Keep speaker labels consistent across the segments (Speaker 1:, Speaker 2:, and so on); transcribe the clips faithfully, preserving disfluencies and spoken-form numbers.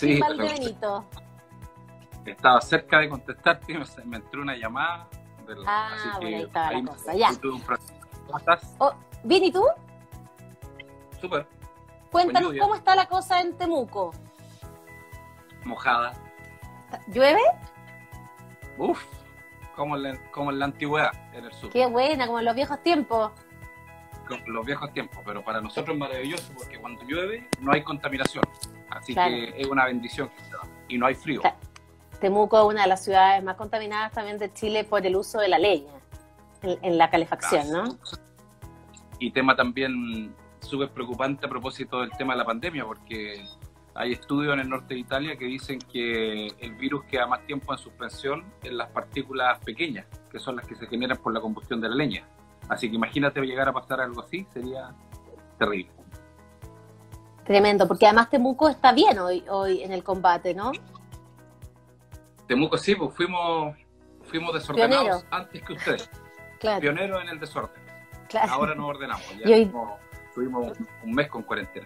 Speaker 1: Franklin
Speaker 2: Sí,
Speaker 1: Valdebenito.
Speaker 2: estaba cerca de contestarte y me, me entró una llamada. Del,
Speaker 1: Ah,
Speaker 2: así
Speaker 1: bueno,
Speaker 2: que
Speaker 1: ahí estaba
Speaker 2: ahí
Speaker 1: la cosa, ya.
Speaker 2: tuve un problema. ¿Cómo estás?
Speaker 1: Oh, bien, ¿y tú?
Speaker 2: Súper. Con
Speaker 1: Cuéntanos
Speaker 2: lluvia,
Speaker 1: cómo está la cosa en Temuco.
Speaker 2: mojada.
Speaker 1: ¿Llueve?
Speaker 2: Uf, como en, la, como en la antigüedad, en el sur.
Speaker 1: Qué buena, como en los viejos tiempos.
Speaker 2: Con los viejos tiempos, pero para nosotros es maravilloso porque cuando llueve no hay contaminación. Así
Speaker 1: Claro.
Speaker 2: que es una bendición que se da. Y no hay frío.
Speaker 1: Claro. Temuco es una de las ciudades más contaminadas también de Chile por el uso de la leña en, en la calefacción, ¿no?
Speaker 2: Y tema también súper preocupante a propósito del tema de la pandemia, porque hay estudios en el norte de Italia que dicen que el virus queda más tiempo en suspensión en las partículas pequeñas, que son las que se generan por la combustión de la leña. Así que imagínate llegar a pasar algo así, sería terrible.
Speaker 1: Tremendo, porque además Temuco está bien hoy, hoy en el combate, ¿no?
Speaker 2: Temuco sí, pues fuimos, fuimos desordenados
Speaker 1: Pionero.
Speaker 2: antes que ustedes.
Speaker 1: Claro.
Speaker 2: Pioneros en el desorden.
Speaker 1: Claro.
Speaker 2: Ahora nos ordenamos. Ya
Speaker 1: Y hoy-
Speaker 2: tuvimos, tuvimos un, un mes con cuarentena.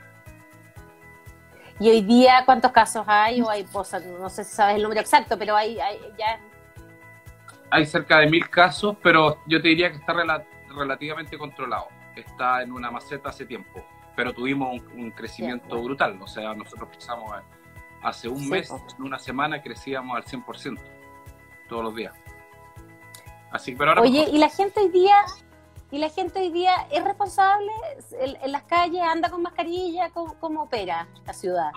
Speaker 1: Y hoy día, ¿cuántos casos hay? O hay, pues, no sé si sabes el número exacto, pero hay, hay ya...
Speaker 2: Hay cerca de mil casos, pero yo te diría que está rela- relativamente controlado. Está en una maceta hace tiempo, pero tuvimos un, un crecimiento
Speaker 1: Bien, bueno.
Speaker 2: brutal. O sea, nosotros empezamos a- hace un
Speaker 1: Sí,
Speaker 2: mes,
Speaker 1: po.
Speaker 2: en una semana crecíamos al cien por ciento todos los días. Así que, pero ahora
Speaker 1: Oye,
Speaker 2: mejor.
Speaker 1: ¿y la gente hoy día, y la gente hoy día es responsable en, en las calles, anda con mascarilla? ¿Cómo, cómo opera la ciudad?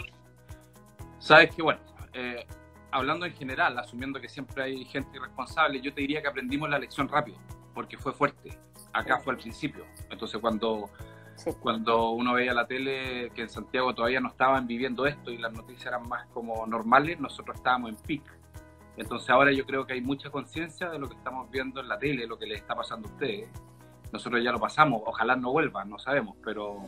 Speaker 2: Sabes que, bueno, eh, hablando en general, asumiendo que siempre hay gente irresponsable, yo te diría que aprendimos la lección rápido, porque fue fuerte. Acá fue al principio. Entonces, cuando,
Speaker 1: Sí.
Speaker 2: cuando uno veía la tele, que en Santiago todavía no estaban viviendo esto y las noticias eran más como normales, nosotros estábamos en pic. Entonces, ahora yo creo que hay mucha conciencia de lo que estamos viendo en la tele, lo que les está pasando a ustedes. Nosotros ya lo pasamos, ojalá no vuelvan, no sabemos, pero,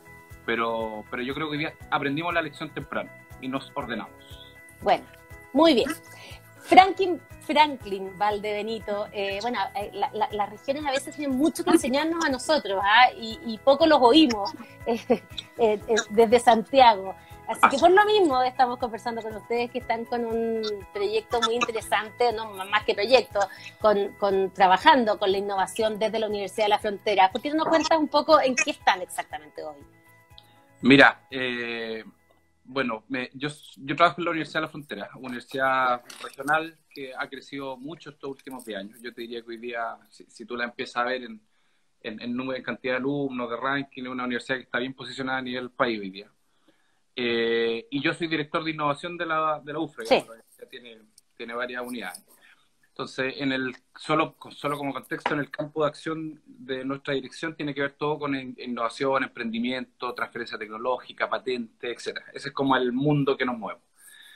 Speaker 2: pero, pero yo creo que hoy día aprendimos la lección temprano y nos ordenamos.
Speaker 1: Bueno, muy bien. Franklin, Franklin Valdebenito, eh, bueno, eh, la, la, las regiones a veces tienen mucho que enseñarnos a nosotros, ¿ah? y, y poco los oímos eh, eh, eh, desde Santiago. Así que por lo mismo estamos conversando con ustedes que están con un proyecto muy interesante, no más que proyecto, con, con trabajando con la innovación desde la Universidad de la Frontera. ¿Por qué no nos cuentas un poco en qué están exactamente hoy?
Speaker 2: Mira, eh, bueno, me, yo, yo trabajo en la Universidad de la Frontera, universidad regional que ha crecido mucho estos últimos diez años. Yo te diría que hoy día, si, si tú la empiezas a ver en, en, en número, en cantidad de alumnos, de ranking, es una universidad que está bien posicionada a nivel país hoy día. Eh, y yo soy director de innovación de la, de la U F R E,
Speaker 1: Sí.
Speaker 2: digamos, que tiene, tiene varias unidades. Entonces, en el, solo, solo como contexto, en el campo de acción de nuestra dirección tiene que ver todo con in- innovación, emprendimiento, transferencia tecnológica, patente, etcétera. Ese es como el mundo que nos mueve.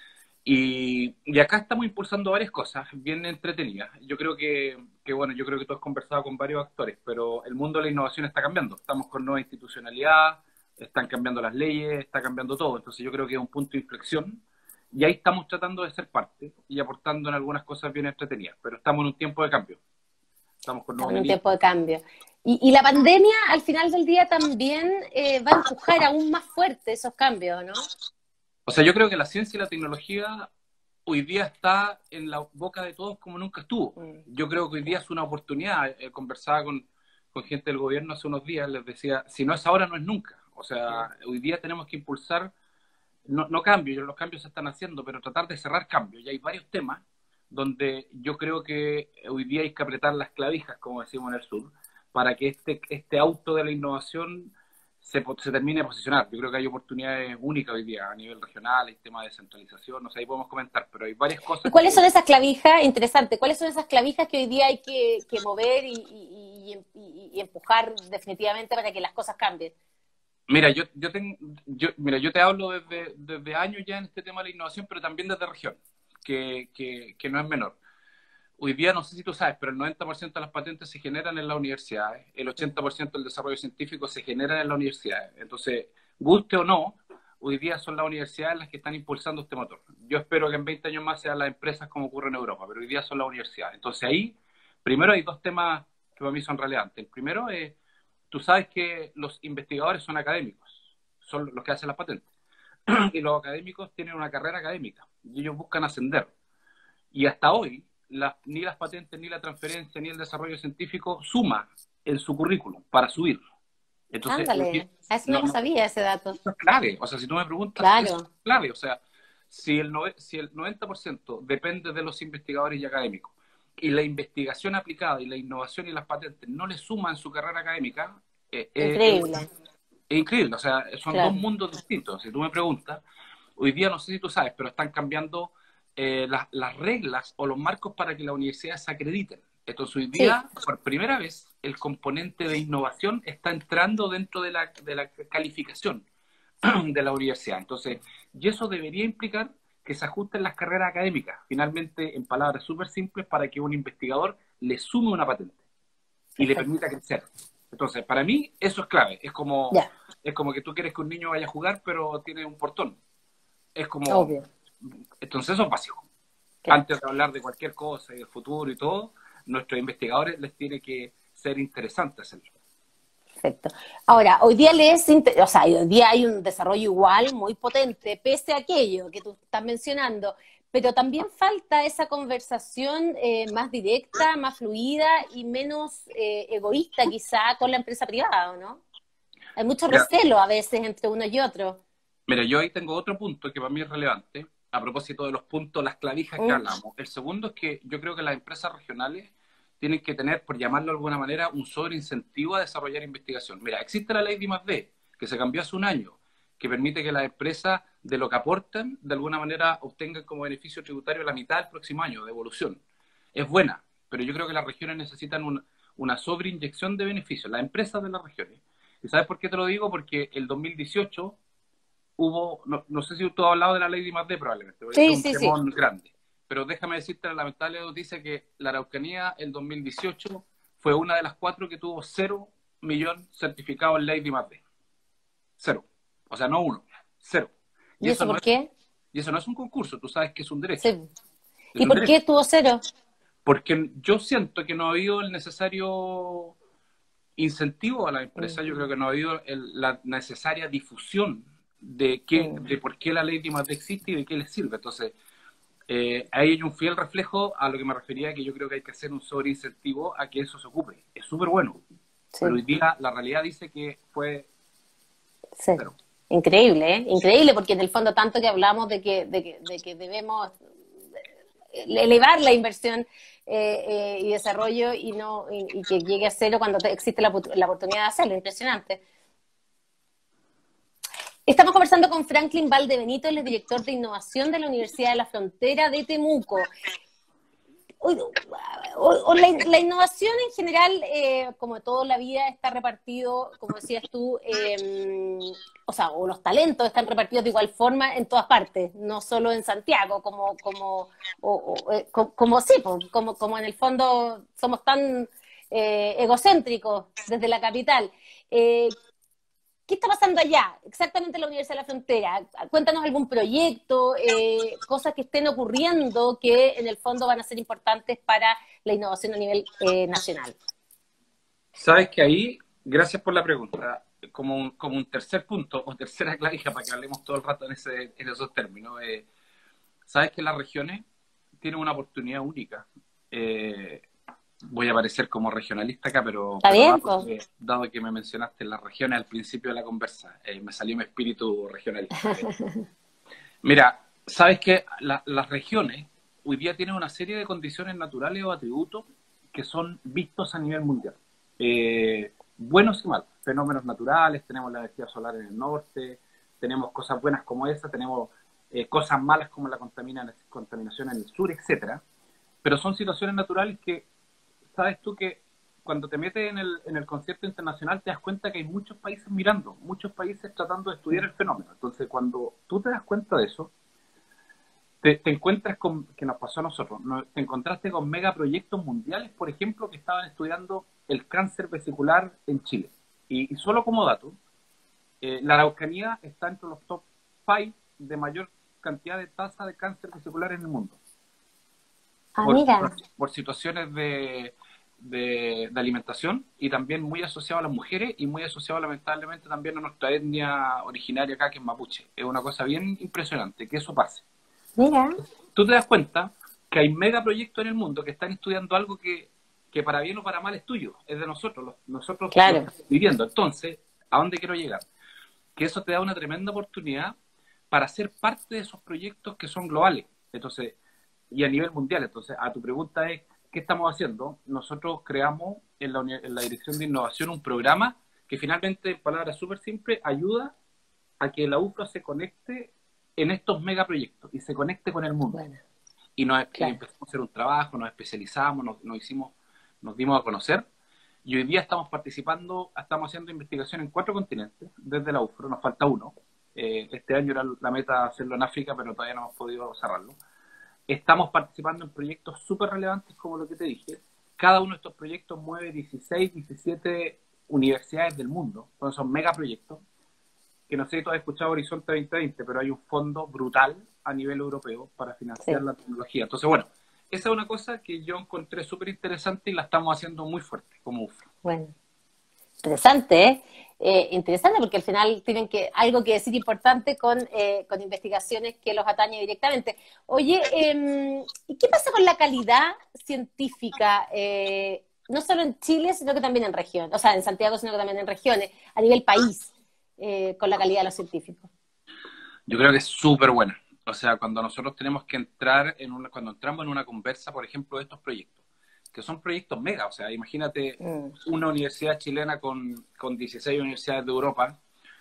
Speaker 2: Y, y acá estamos impulsando varias cosas bien entretenidas. Yo creo que, que, bueno, yo creo que tú has conversado con varios actores, pero el mundo de la innovación está cambiando. Estamos con nueva institucionalidad, están cambiando las leyes, está cambiando todo. Entonces yo creo que es un punto de inflexión y ahí estamos tratando de ser parte y aportando en algunas cosas bien entretenidas, pero estamos en un tiempo de cambio. Estamos con
Speaker 1: Estamos
Speaker 2: nuevos
Speaker 1: en un
Speaker 2: ministros.
Speaker 1: tiempo de cambio. Y, y la pandemia, al final del día, también eh, va a empujar aún más fuerte esos cambios, ¿no?
Speaker 2: O sea, yo creo que la ciencia y la tecnología hoy día está en la boca de todos como nunca estuvo.
Speaker 1: Mm.
Speaker 2: Yo creo que hoy día es una oportunidad. Eh, conversaba con, con gente del gobierno hace unos días, les decía, si no es ahora, no es nunca. O sea, hoy día tenemos que impulsar, no, no cambios, los cambios se están haciendo, pero tratar de cerrar cambios. Y hay varios temas donde yo creo que hoy día hay que apretar las clavijas, como decimos en el sur, para que este, este auto de la innovación se, se termine de posicionar. Yo creo que hay oportunidades únicas hoy día a nivel regional, hay temas de descentralización, no sé, ahí podemos comentar, pero hay varias
Speaker 1: ¿Y
Speaker 2: cosas
Speaker 1: cuáles
Speaker 2: que...
Speaker 1: son esas clavijas? Interesante. ¿Cuáles son esas clavijas que hoy día hay que, que mover y, y, y, y, y empujar definitivamente para que las cosas cambien?
Speaker 2: Mira, yo, yo, ten, yo, mira, yo te hablo desde, desde años ya en este tema de la innovación, pero también desde región, que, que, que no es menor. Hoy día, no sé si tú sabes, pero el noventa por ciento de las patentes se generan en las universidades, el ochenta por ciento del desarrollo científico se genera en las universidades. Entonces, guste o no, hoy día son las universidades las que están impulsando este motor. Yo espero que en veinte años más sean las empresas como ocurre en Europa, pero hoy día son las universidades. Entonces ahí, primero hay dos temas que para mí son relevantes. El primero es, tú sabes que los investigadores son académicos, son los que hacen las patentes. y los académicos tienen una carrera académica y ellos buscan ascender. Y hasta hoy, la, ni las patentes, ni la transferencia, ni el desarrollo científico suma en su currículum para subir. Entonces,
Speaker 1: Ándale, a eso no
Speaker 2: no,
Speaker 1: lo
Speaker 2: no,
Speaker 1: sabía ese dato.
Speaker 2: eso es clave. O sea, si tú me preguntas, eso es
Speaker 1: Claro,
Speaker 2: clave. O sea, si el, no, si el noventa por ciento depende de los investigadores y académicos, y la investigación aplicada y la innovación y las patentes no le suman en su carrera académica, eh, eh, eh,
Speaker 1: increíble,
Speaker 2: es increíble. O sea, son dos
Speaker 1: claro.
Speaker 2: mundos distintos. Si tú me preguntas, hoy día no sé si tú sabes, pero están cambiando eh, las, las reglas o los marcos para que las universidades se acrediten. Entonces, hoy
Speaker 1: Sí,
Speaker 2: día, por primera vez, el componente de innovación está entrando dentro de la, de la calificación de la universidad. Entonces, y eso debería implicar que se ajusten las carreras académicas, finalmente, en palabras súper simples, para que un investigador le sume una patente y le
Speaker 1: perfecto.
Speaker 2: permita crecer. Entonces, para mí, eso es clave. Es como,
Speaker 1: Ya,
Speaker 2: es como que tú quieres que un niño vaya a jugar, pero tiene un portón. Es como,
Speaker 1: obvio,
Speaker 2: entonces eso es básico.
Speaker 1: claro.
Speaker 2: Antes de hablar de cualquier cosa y del futuro y todo, nuestros investigadores les tiene que ser interesante hacerlo.
Speaker 1: Perfecto. Ahora, hoy día les, o sea, hoy día hay un desarrollo igual muy potente, pese a aquello que tú estás mencionando, pero también falta esa conversación eh, más directa, más fluida y menos eh, egoísta quizá con la empresa privada, ¿o no? Hay mucho
Speaker 2: Mira,
Speaker 1: recelo a veces entre uno y otro.
Speaker 2: mira, yo ahí tengo otro punto que para mí es relevante, a propósito de los puntos, las clavijas que
Speaker 1: ¿Mm?
Speaker 2: hablamos. El segundo es que yo creo que las empresas regionales tienen que tener, por llamarlo de alguna manera, un sobreincentivo a desarrollar investigación. Mira, existe la ley de I más D, que se cambió hace un año, que permite que las empresas, de lo que aportan, de alguna manera obtengan como beneficio tributario la mitad del próximo año, de evolución. Es buena, pero yo creo que las regiones necesitan un, una sobreinyección de beneficios, las empresas de las regiones. ¿Y sabes por qué te lo digo? Porque el dos mil dieciocho hubo, no, no sé si tú has hablado de la ley de I más D probablemente, porque ese es
Speaker 1: Sí,
Speaker 2: un
Speaker 1: sí, sí.
Speaker 2: temón grande, pero déjame decirte la lamentable noticia que la Araucanía el dos mil dieciocho fue una de las cuatro que tuvo cero millón certificado en ley de I más D. Cero. O sea, no uno, cero. Y
Speaker 1: ¿Y
Speaker 2: eso
Speaker 1: eso
Speaker 2: no
Speaker 1: por
Speaker 2: es,
Speaker 1: qué?
Speaker 2: y eso no es un concurso, tú sabes que es un derecho.
Speaker 1: Sí.
Speaker 2: Es
Speaker 1: ¿Y
Speaker 2: un
Speaker 1: por
Speaker 2: derecho.
Speaker 1: qué tuvo cero?
Speaker 2: Porque yo siento que no ha habido el necesario incentivo a la empresa, yo creo
Speaker 1: Mm,
Speaker 2: que no ha habido el, la necesaria difusión de, qué,
Speaker 1: mm,
Speaker 2: de por qué la ley de I más D existe y de qué les sirve. Entonces, eh, ahí hay un fiel reflejo a lo que me refería, que yo creo que hay que hacer un sobreincentivo a que eso se ocupe. Es súper bueno, pero hoy
Speaker 1: sí.
Speaker 2: día la realidad dice que fue
Speaker 1: Sí.
Speaker 2: cero.
Speaker 1: Increíble, ¿eh? Increíble, porque en el fondo tanto que hablamos de que, de que, de que debemos elevar la inversión eh, eh, y desarrollo y no y, y que llegue a cero cuando te- existe la, la oportunidad de hacerlo. Impresionante. Estamos conversando con Franklin Valdebenito, él es director de innovación de la Universidad de la Frontera de Temuco. O, o, o la, la, innovación en general, eh, como toda la vida, está repartido, como decías tú, eh, o sea, o los talentos están repartidos de igual forma en todas partes, no solo en Santiago, como, como, o, o, eh, como, como sí, como, como en el fondo somos tan eh, egocéntricos desde la capital. Eh, ¿Qué está pasando allá, exactamente en la Universidad de la Frontera? Cuéntanos algún proyecto, eh, cosas que estén ocurriendo que en el fondo van a ser importantes para la innovación a nivel eh, nacional.
Speaker 2: Sabes que ahí, gracias por la pregunta, como un, como un tercer punto o tercera clavija para que hablemos todo el rato en, ese, en esos términos, eh, sabes que las regiones tienen una oportunidad única. Eh, voy a parecer como regionalista acá, pero,
Speaker 1: ¿Está
Speaker 2: pero
Speaker 1: bien?
Speaker 2: dado,
Speaker 1: Pues,
Speaker 2: que, dado que me mencionaste las regiones al principio de la conversa, eh, me salió mi espíritu regionalista. Eh. Mira, sabes que la, las regiones hoy día tienen una serie de condiciones naturales o atributos que son vistos a nivel mundial. Eh, buenos y malos, fenómenos naturales, tenemos la energía solar en el norte, tenemos cosas buenas como esa, tenemos eh, cosas malas como la contamina, contaminación en el sur, etcétera. Pero son situaciones naturales que sabes tú que cuando te metes en el, en el concierto internacional te das cuenta que hay muchos países mirando, muchos países tratando de estudiar el fenómeno. Entonces, cuando tú te das cuenta de eso, te, te encuentras con, que nos pasó a nosotros, ¿no? Te encontraste con megaproyectos mundiales, por ejemplo, que estaban estudiando el cáncer vesicular en Chile. Y, y solo como dato, eh, la Araucanía está entre los top cinco de mayor cantidad de tasa de cáncer vesicular en el mundo.
Speaker 1: ah,
Speaker 2: Por,
Speaker 1: mira,
Speaker 2: por, por situaciones de de, de alimentación y también muy asociado a las mujeres y muy asociado lamentablemente también a nuestra etnia originaria acá, que es mapuche. Es una cosa bien impresionante que eso pase.
Speaker 1: Mira.
Speaker 2: Tú te das cuenta que hay megaproyectos en el mundo que están estudiando algo que, que para bien o para mal es tuyo, es de nosotros, los, nosotros
Speaker 1: Claro.
Speaker 2: lo estamos viviendo. Entonces, ¿a dónde quiero llegar? Que eso te da una tremenda oportunidad para ser parte de esos proyectos que son globales. Entonces, y a nivel mundial. Entonces, a tu pregunta es, ¿qué estamos haciendo? Nosotros creamos en la, en la Dirección de Innovación un programa que finalmente, en palabras súper simples, ayuda a que la U F R A se conecte en estos megaproyectos y se conecte con el mundo.
Speaker 1: Bueno,
Speaker 2: y nos
Speaker 1: claro.
Speaker 2: empezamos a hacer un trabajo, nos especializamos, nos, nos hicimos, nos dimos a conocer, y hoy día estamos participando, estamos haciendo investigación en cuatro continentes, desde la U F R A, nos falta uno. Eh, este año era la meta hacerlo en África, pero todavía no hemos podido cerrarlo. Estamos participando en proyectos súper relevantes, como lo que te dije. Cada uno de estos proyectos mueve dieciséis, diecisiete universidades del mundo, entonces son megaproyectos, que no sé si tú has escuchado Horizonte veinte veinte, pero hay un fondo brutal a nivel europeo para financiar
Speaker 1: Sí.
Speaker 2: la tecnología. Entonces, bueno, esa es una cosa que yo encontré súper interesante y la estamos haciendo muy fuerte como U F R A.
Speaker 1: Bueno, interesante, ¿eh? Eh, interesante porque al final tienen que algo que decir importante con, eh, con investigaciones que los atañe directamente. Oye, eh, ¿y qué pasa con la calidad científica, eh, no solo en Chile, sino que también en regiones, o sea, en Santiago, sino que también en regiones, a nivel país, eh, con la calidad de los científicos?
Speaker 2: Yo creo que es súper buena. O sea, cuando nosotros tenemos que entrar en una, cuando entramos en una conversa, por ejemplo, de estos proyectos, que son proyectos mega, o sea, imagínate
Speaker 1: Mm.
Speaker 2: una universidad chilena con, con dieciséis universidades de Europa,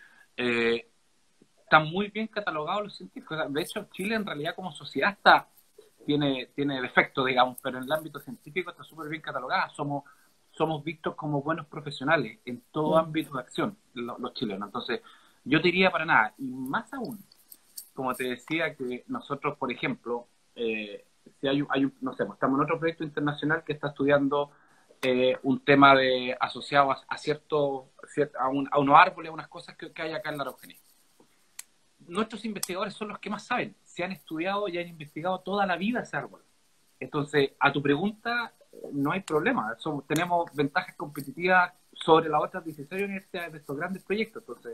Speaker 2: eh, están muy bien catalogados los científicos. O sea, de hecho, Chile en realidad como sociedad está, tiene, tiene defectos, digamos, pero en el ámbito científico está súper bien catalogada. Somos, somos vistos como buenos profesionales en todo
Speaker 1: Mm.
Speaker 2: ámbito de acción, los, los chilenos. Entonces, yo te diría para nada, y más aún, como te decía, que nosotros, por ejemplo, eh, si hay, hay un, no sé, pues estamos en otro proyecto internacional que está estudiando eh, un tema de asociado a, a cierto, a, un, a unos árboles, a unas cosas que, que hay acá en la Araucanía. Nuestros investigadores son los que más saben, se han estudiado y han investigado toda la vida ese árbol. Entonces, a tu pregunta, no hay problema, somos, tenemos ventajas competitivas sobre las otras dieciséis universidades de estos grandes proyectos. Entonces,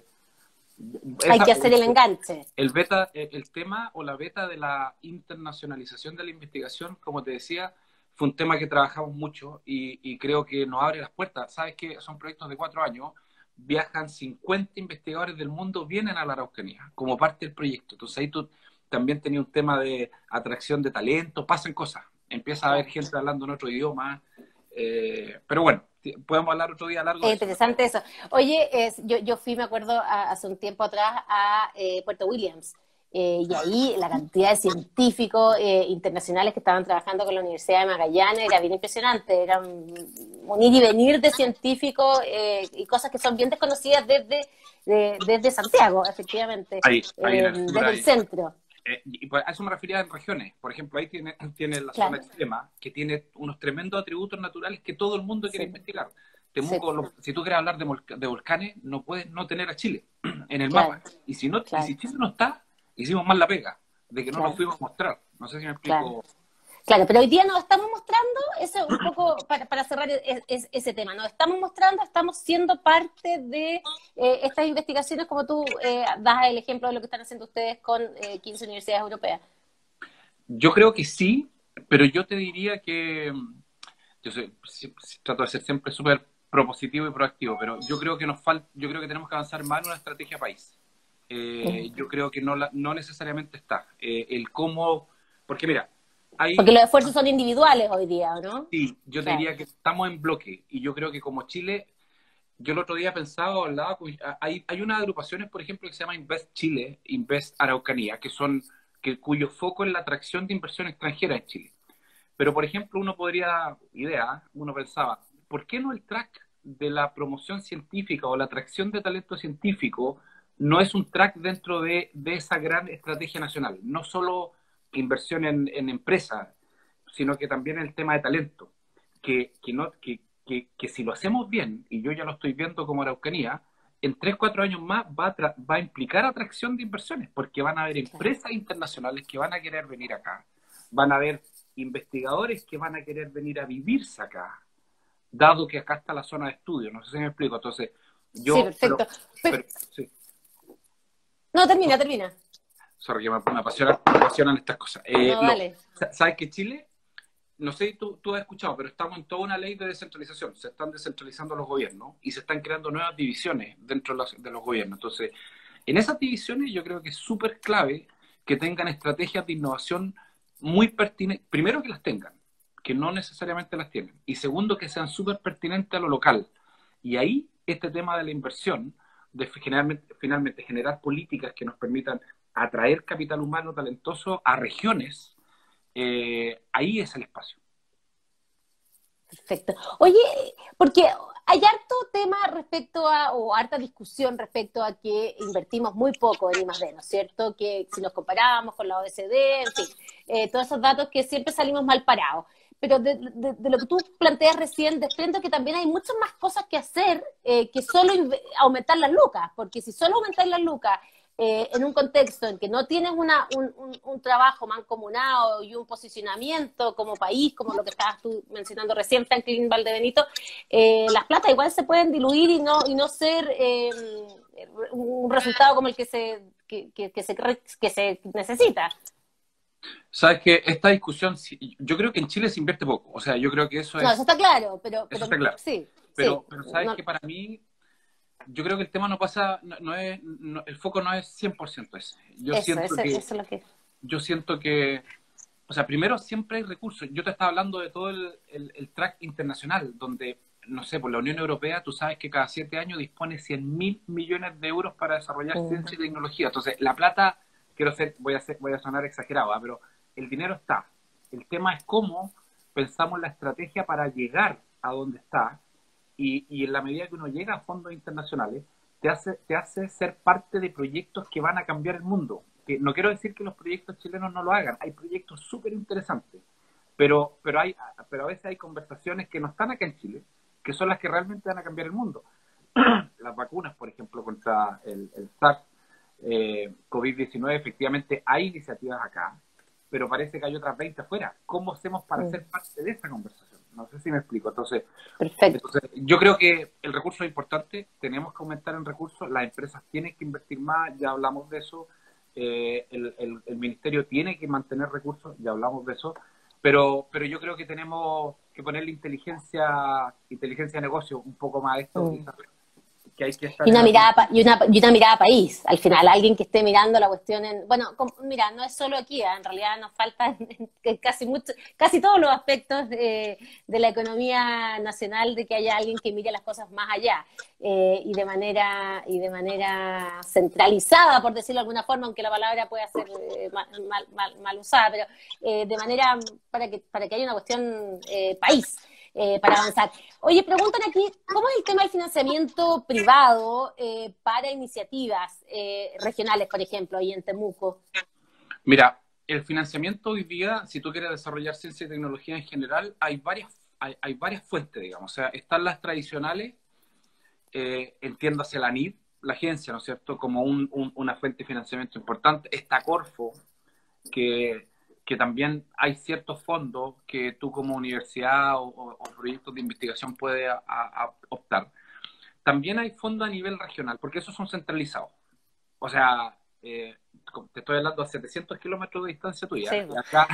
Speaker 1: Hay
Speaker 2: esa,
Speaker 1: que hacer el
Speaker 2: el,
Speaker 1: enganche.
Speaker 2: el beta, el tema o la beta de la internacionalización de la investigación, como te decía, fue un tema que trabajamos mucho y, y creo que nos abre las puertas. Sabes que son proyectos de cuatro años, viajan cincuenta investigadores del mundo, vienen a la Araucanía como parte del proyecto. Entonces ahí tú también tenías un tema de atracción de talento, pasan cosas, empieza a haber gente hablando en otro idioma, eh, pero bueno, podemos hablar otro día largo
Speaker 1: Es
Speaker 2: de
Speaker 1: interesante eso. Oye, es, yo, yo fui, me acuerdo, a, hace un tiempo atrás a eh, Puerto Williams, eh, y ahí la cantidad de científicos eh, internacionales que estaban trabajando con la Universidad de Magallanes era bien impresionante. Era un, un ir y venir de científicos eh, y cosas que son bien desconocidas desde, de, desde Santiago, efectivamente,
Speaker 2: ahí, ahí en
Speaker 1: eh,
Speaker 2: el sur,
Speaker 1: desde
Speaker 2: ahí.
Speaker 1: el centro.
Speaker 2: Eh, y pues a eso me refería en regiones. Por ejemplo, ahí tiene, tiene la
Speaker 1: Claro.
Speaker 2: zona extrema, que tiene unos tremendos atributos naturales que todo el mundo quiere
Speaker 1: Sí.
Speaker 2: investigar. Temuco,
Speaker 1: Sí.
Speaker 2: lo, si tú quieres hablar de, de volcanes, no puedes no tener a Chile en el
Speaker 1: Claro.
Speaker 2: mapa. Y si, no,
Speaker 1: Claro.
Speaker 2: y si Chile no está, hicimos mal la pega, de que no
Speaker 1: Claro.
Speaker 2: lo fuimos a mostrar. No sé si me explico.
Speaker 1: Claro. Claro, pero hoy día nos estamos mostrando, eso un poco para, para cerrar es, es, ese tema, nos estamos mostrando, estamos siendo parte de eh, estas investigaciones, como tú eh, das el ejemplo de lo que están haciendo ustedes con eh, quince universidades europeas.
Speaker 2: Yo creo que sí, pero yo te diría que yo sé, trato de ser siempre súper propositivo y proactivo, pero yo creo que nos falta, yo creo que tenemos que avanzar más en una estrategia país. Eh, yo creo que no, la, no necesariamente está. Eh, el cómo, porque mira, hay,
Speaker 1: porque los esfuerzos son individuales hoy día, ¿no?
Speaker 2: Sí, yo
Speaker 1: claro.
Speaker 2: te diría que estamos en bloque y yo creo que como Chile, yo el otro día pensaba, hablaba, hay, hay unas agrupaciones, por ejemplo, que se llama Invest Chile, Invest Araucanía, que son, que, cuyo foco es la atracción de inversión extranjera en Chile. Pero, por ejemplo, uno podría, idea, uno pensaba, ¿por qué no el track de la promoción científica o la atracción de talento científico no es un track dentro de, de esa gran estrategia nacional? No solo inversión en, en empresas, sino que también el tema de talento. Que, que, no, que, que, que si lo hacemos bien, y yo ya lo estoy viendo como Araucanía, en tres, cuatro años más va a, va a implicar atracción de inversiones, porque van a haber empresas internacionales que van a querer venir acá, van a haber investigadores que van a querer venir a vivirse acá, dado que acá está la zona de estudio, no sé si me explico, entonces yo...
Speaker 1: Sí, perfecto.
Speaker 2: Pero,
Speaker 1: Pero-
Speaker 2: pero- sí,
Speaker 1: no, termina, termina.
Speaker 2: sorry, que me, me apasionan, me apasionan estas cosas. Eh,
Speaker 1: No,
Speaker 2: lo,
Speaker 1: dale.
Speaker 2: ¿Sabes que Chile? No sé si tú, tú has escuchado, pero estamos en toda una ley de descentralización. Se están descentralizando los gobiernos y se están creando nuevas divisiones dentro de los, de los gobiernos. Entonces, en esas divisiones yo creo que es súper clave que tengan estrategias de innovación muy pertinentes. Primero, que las tengan, que no necesariamente las tienen. Y segundo, que sean súper pertinentes a lo local. Y ahí, este tema de la inversión, de generalmente, finalmente generar políticas que nos permitan atraer capital humano talentoso a regiones, eh, ahí es el espacio.
Speaker 1: Perfecto. Oye, porque hay harto tema respecto a, o harta discusión respecto a que invertimos muy poco en I más D, ¿no es cierto? Que si nos comparamos con la O E C D, en fin, eh, todos esos datos que siempre salimos mal parados. Pero de, de, de lo que tú planteas recién, desprendo que también hay muchas más cosas que hacer eh, que solo aumentar las lucas, porque si solo aumentar las lucas eh, en un contexto en que no tienes una, un, un, un trabajo mancomunado y un posicionamiento como país, como lo que estabas tú mencionando recién, Franklin Valdebenito, eh, las plata igual se pueden diluir y no, y no ser eh, un resultado como el que se, que, que, que se, que se necesita.
Speaker 2: Sabes que esta discusión, yo creo que en Chile se invierte poco, o sea, yo creo que eso es...
Speaker 1: No, eso está claro, pero, pero
Speaker 2: eso está claro.
Speaker 1: sí,
Speaker 2: Pero,
Speaker 1: sí.
Speaker 2: pero sabes
Speaker 1: No,
Speaker 2: que para mí, yo creo que el tema no pasa, no, no es, no, el foco no es cien por ciento ese. Yo
Speaker 1: eso,
Speaker 2: siento
Speaker 1: eso,
Speaker 2: que,
Speaker 1: eso es lo que...
Speaker 2: yo siento que, o sea, primero siempre hay recursos. Yo te estaba hablando de todo el, el, el track internacional, donde, no sé, por la Unión Europea, tú sabes que cada siete años dispone cien mil millones de euros para desarrollar
Speaker 1: Uh-huh.
Speaker 2: ciencia y tecnología. Entonces, la plata, quiero ser, voy a, ser, voy a sonar exagerado, ¿eh? Pero el dinero está. El tema es cómo pensamos la estrategia para llegar a donde está, y, y en la medida que uno llega a fondos internacionales, te hace, te hace ser parte de proyectos que van a cambiar el mundo. Que no quiero decir que los proyectos chilenos no lo hagan, hay proyectos súper interesantes, pero, pero, hay, pero a veces hay conversaciones que no están acá en Chile, que son las que realmente van a cambiar el mundo. Las vacunas, por ejemplo, contra el, el SARS eh, COVID diecinueve, efectivamente hay iniciativas acá, pero parece que hay otras veinte afuera. ¿Cómo hacemos para
Speaker 1: Uh-huh.
Speaker 2: ser parte de esa conversación? No sé si me explico. Entonces,
Speaker 1: Perfecto.
Speaker 2: entonces, yo creo que el recurso es importante, tenemos que aumentar en recursos, las empresas tienen que invertir más, ya hablamos de eso, eh, el, el, el ministerio tiene que mantener recursos, ya hablamos de eso, pero, pero yo creo que tenemos que ponerle inteligencia, inteligencia de negocio un poco más a esto,
Speaker 1: Uh-huh.
Speaker 2: que hay que estar
Speaker 1: Y
Speaker 2: en
Speaker 1: una
Speaker 2: la...
Speaker 1: mirada y una, y una mirada país, al final, alguien que esté mirando la cuestión en, bueno, com, mira, no es solo aquí, ¿eh? En realidad nos falta en, en casi mucho, casi todos los aspectos de, de la economía nacional, de que haya alguien que mire las cosas más allá eh, y de manera y de manera centralizada, por decirlo de alguna forma, aunque la palabra pueda ser eh, mal, mal, mal, mal usada, pero eh, de manera para que para que haya una cuestión eh, país. Eh, para avanzar. Oye, preguntan aquí, ¿cómo es el tema del financiamiento privado eh, para iniciativas eh, regionales, por ejemplo, ahí en Temuco?
Speaker 2: Mira, el financiamiento hoy día, si tú quieres desarrollar ciencia y tecnología en general, hay varias, hay, hay varias fuentes, digamos. O sea, están las tradicionales, eh, entiéndase la N I D, la agencia, ¿no es cierto?, como un, un, una fuente de financiamiento importante. Está Corfo, que... que también hay ciertos fondos que tú como universidad o, o, o proyectos de investigación puedes a, a optar. También hay fondos a nivel regional, porque esos son centralizados. O sea, eh, te estoy hablando a setecientos kilómetros de distancia tuya.
Speaker 1: Sí.
Speaker 2: Y acá,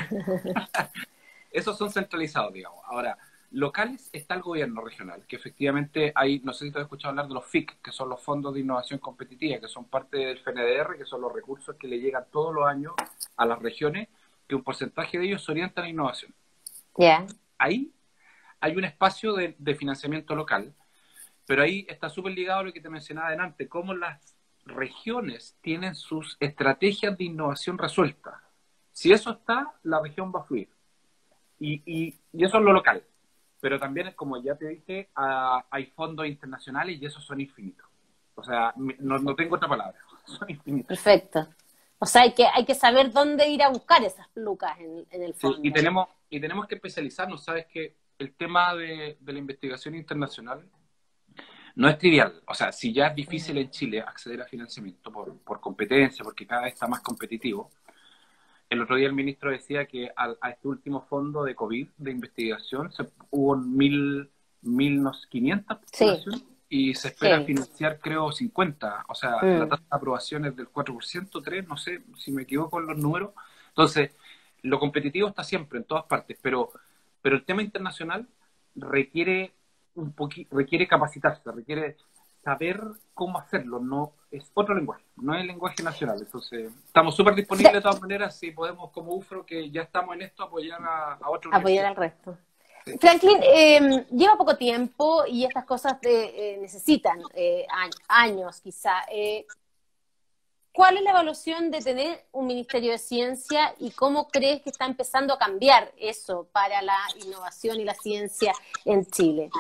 Speaker 2: esos son centralizados, digamos. Ahora, locales está el gobierno regional, que efectivamente hay, no sé si te has escuchado hablar de los F I C, que son los fondos de innovación competitiva, que son parte del F N D R, que son los recursos que le llegan todos los años a las regiones, que un porcentaje de ellos se orientan a innovación.
Speaker 1: Yeah.
Speaker 2: Ahí hay un espacio de, de financiamiento local, pero ahí está súper ligado a lo que te mencionaba adelante, cómo las regiones tienen sus estrategias de innovación resueltas. Si eso está, la región va a fluir. Y, y, y eso es lo local. Pero también, como ya te dije, uh, hay fondos internacionales y esos son infinitos. O sea, no, no tengo otra palabra, son infinitos.
Speaker 1: Perfecto. O sea, hay que, hay que saber dónde ir a buscar esas lucas en, en el fondo.
Speaker 2: Sí, y tenemos, y tenemos que especializarnos. Sabes que el tema de, de la investigación internacional no es trivial. O sea, si ya es difícil en Chile acceder a financiamiento por, por competencia, porque cada vez está más competitivo, el otro día el ministro decía que a, a este último fondo de COVID de investigación se, hubo mil, mil quinientas
Speaker 1: Sí,
Speaker 2: postulaciones y se espera
Speaker 1: sí.
Speaker 2: financiar, creo, cincuenta. O sea, la
Speaker 1: Mm.
Speaker 2: tasa de aprobación es del cuatro por ciento, tres, no sé si me equivoco en los números. Entonces, lo competitivo está siempre, en todas partes, pero, pero el tema internacional requiere un poqui- requiere capacitarse, requiere saber cómo hacerlo, no es otro lenguaje, no es el lenguaje nacional. Entonces, estamos súper disponibles
Speaker 1: Fra-
Speaker 2: de todas maneras, si podemos como U F R O, que ya estamos en esto, apoyar a, a otra
Speaker 1: Apoyar
Speaker 2: universidad.
Speaker 1: al resto.
Speaker 2: Sí.
Speaker 1: Franklin, eh, lleva poco tiempo y estas cosas de, eh, necesitan eh, a- años quizá. Eh, ¿Cuál es la evaluación de tener un Ministerio de Ciencia y cómo crees que está empezando a cambiar eso para la innovación y la ciencia en Chile?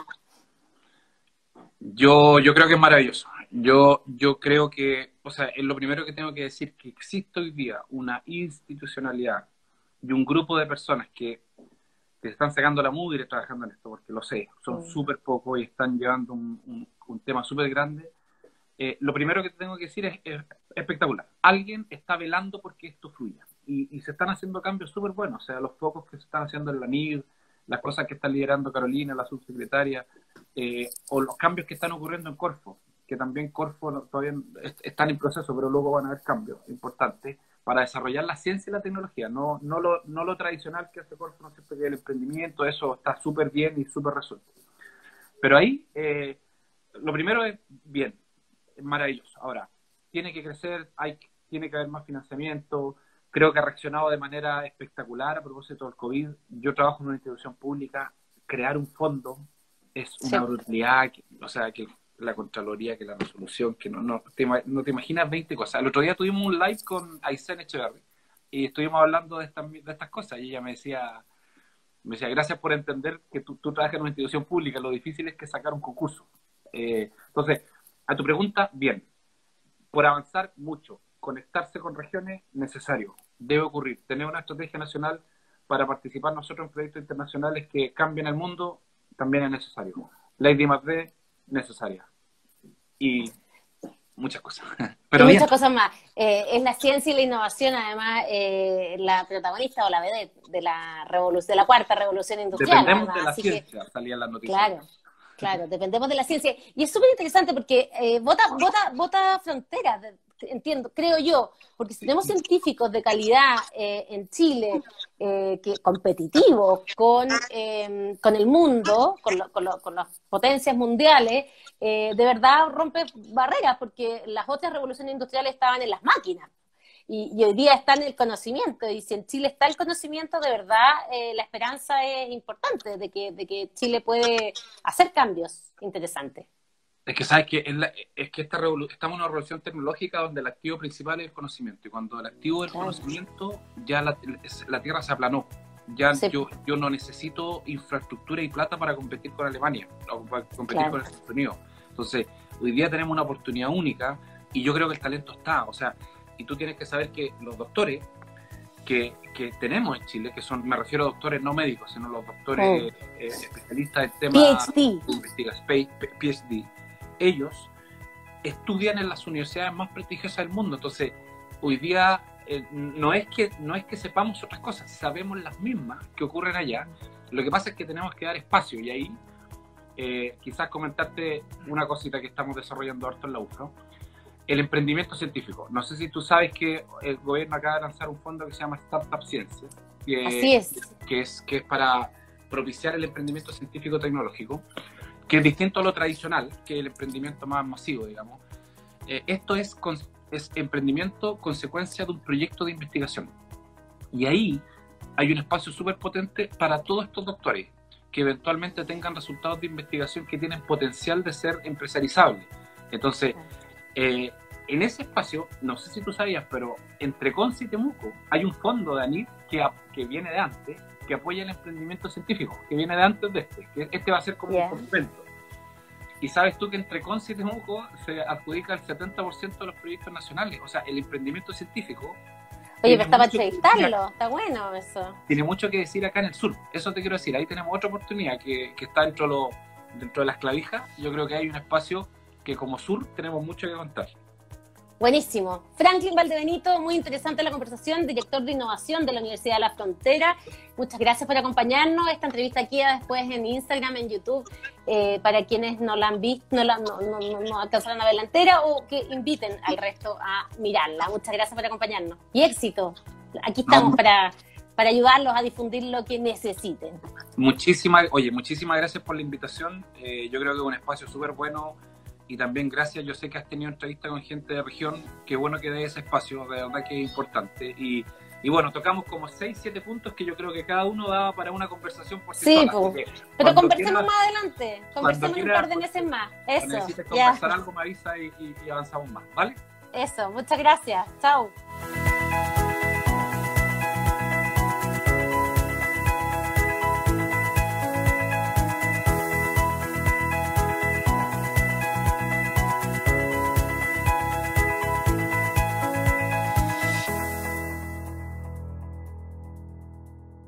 Speaker 2: Yo, yo creo que es maravilloso. Yo, yo creo que, o sea, es lo primero que tengo que decir, que existe hoy día una institucionalidad y un grupo de personas que, que están sacando la mugre trabajando en esto, porque lo sé, son
Speaker 1: Mm.
Speaker 2: súper pocos y están llevando un, un, un tema súper grande. Eh, lo primero que te tengo que decir es, es espectacular. Alguien está velando porque esto fluya. Y, y se están haciendo cambios súper buenos. O sea, los focos que se están haciendo en la N I D, las cosas que está liderando Carolina, la subsecretaria, eh, o los cambios que están ocurriendo en Corfo, que también Corfo no, todavía est- están en proceso, pero luego van a haber cambios importantes para desarrollar la ciencia y la tecnología. No, no, lo, no lo tradicional que hace Corfo, no siempre que el emprendimiento, eso está súper bien y súper resuelto. Pero ahí, eh, lo primero es bien, es maravilloso. Ahora, tiene que crecer, hay, tiene que haber más financiamiento. Creo que ha reaccionado de manera espectacular a propósito del COVID. Yo trabajo en una institución pública, crear un fondo es una
Speaker 1: Sí.
Speaker 2: brutalidad, que, o sea, que la Contraloría, que la resolución, que no, no, te, no te imaginas veinte cosas. El otro día tuvimos un live con Aysén Echeverry y estuvimos hablando de estas, de estas cosas y ella me decía, me decía, gracias por entender que tú, tú trabajas en una institución pública, lo difícil es que sacar un concurso. Eh, entonces, a tu pregunta, bien, por avanzar mucho, conectarse con regiones, necesario, debe ocurrir, tener una estrategia nacional para participar nosotros en proyectos internacionales que cambien el mundo, también es necesario. Ley de I más D, necesaria. Y muchas cosas.
Speaker 1: Y
Speaker 2: Pero bien,
Speaker 1: muchas cosas más. Eh, es la ciencia y la innovación, además, eh, la protagonista o la vedette de la revolución, de la cuarta revolución industrial,
Speaker 2: dependemos de
Speaker 1: además.
Speaker 2: la
Speaker 1: Así que,
Speaker 2: ciencia, salían las noticias.
Speaker 1: claro, claro, dependemos de la ciencia. Y es súper interesante porque eh, bota, bota, bota fronteras, de- entiendo, creo yo, porque si
Speaker 2: Sí.
Speaker 1: tenemos científicos de calidad eh, en Chile, eh, que competitivos con, eh, con el mundo, con, lo- con, lo- con las potencias mundiales, eh, de verdad rompe barreras, porque las otras revoluciones industriales estaban en las máquinas. Y, y hoy día está en el conocimiento, y si en Chile está el conocimiento, de verdad eh, la esperanza es importante de que, de que Chile puede hacer cambios interesantes.
Speaker 2: Es que sabes que, es, la, es que esta revolu estamos en una revolución tecnológica donde el activo principal es el conocimiento. Y cuando el activo es el
Speaker 1: Claro.
Speaker 2: conocimiento, ya la, la Tierra se aplanó. Ya
Speaker 1: Sí.
Speaker 2: yo, yo no necesito infraestructura y plata para competir con Alemania o para competir
Speaker 1: Claro.
Speaker 2: con Estados Unidos. Entonces, hoy día tenemos una oportunidad única y yo creo que el talento está. O sea, y tú tienes que saber que los doctores que, que tenemos en Chile, que son, me refiero a doctores no médicos, sino los doctores
Speaker 1: Oh.
Speaker 2: eh, especialistas en temas
Speaker 1: PhD.
Speaker 2: de investigación, P H D, ellos estudian en las universidades más prestigiosas del mundo. Entonces, hoy día eh, no, es que, no es que sepamos otras cosas, sabemos las mismas que ocurren allá. Lo que pasa es que tenemos que dar espacio y ahí eh, quizás comentarte una cosita que estamos desarrollando harto en la U F R O. El emprendimiento científico. No sé si tú sabes que el gobierno acaba de lanzar un fondo que se llama Startup Ciencia, que,
Speaker 1: Así es.
Speaker 2: que es, que es para propiciar el emprendimiento científico-tecnológico, que es distinto a lo tradicional, que es el emprendimiento más masivo, digamos. Eh, esto es, es emprendimiento consecuencia de un proyecto de investigación. Y ahí hay un espacio súper potente para todos estos doctores, que eventualmente tengan resultados de investigación que tienen potencial de ser empresarizables. Entonces, eh, en ese espacio, no sé si tú sabías, pero entre Conce y Temuco hay un fondo de ANID que, que viene de antes, que apoya el emprendimiento científico, que viene de antes de este, que este va a ser como yeah. un complemento. Y sabes tú que entre Conce y Temuco se adjudica el setenta por ciento de los proyectos nacionales, o sea, el emprendimiento científico.
Speaker 1: Oye, pero está para entrevistarlo, está bueno eso.
Speaker 2: Tiene mucho que decir acá en el sur, eso te quiero decir, ahí tenemos otra oportunidad que, que está dentro de, lo, dentro de las clavijas. Yo creo que hay un espacio que como sur tenemos mucho que contar.
Speaker 1: Buenísimo. Franklin Valdebenito, muy interesante la conversación, director de innovación de la Universidad de la Frontera. Muchas gracias por acompañarnos. Esta entrevista queda después en Instagram, en YouTube, eh, para quienes no la han visto, no, la, no, no, no, no alcanzaron a verla entera o que inviten al resto a mirarla. Muchas gracias por acompañarnos. Y éxito. Aquí estamos no. para, para ayudarlos a difundir lo que necesiten.
Speaker 2: Muchísimas, oye, muchísimas gracias por la invitación. Eh, yo creo que es un espacio súper bueno. Y también gracias, yo sé que has tenido entrevistas con gente de región, qué bueno que dé ese espacio, de verdad que es importante. Y, y bueno, tocamos como seis, siete puntos que yo creo que cada uno daba para una conversación por sí,
Speaker 1: sí
Speaker 2: sola.
Speaker 1: Pues, pero conversemos quieras, más adelante, conversemos un par de meses más. Eso.
Speaker 2: Cuando necesites conversar algo me avisa y, y, y avanzamos más, ¿vale?
Speaker 1: Eso, muchas gracias, chao.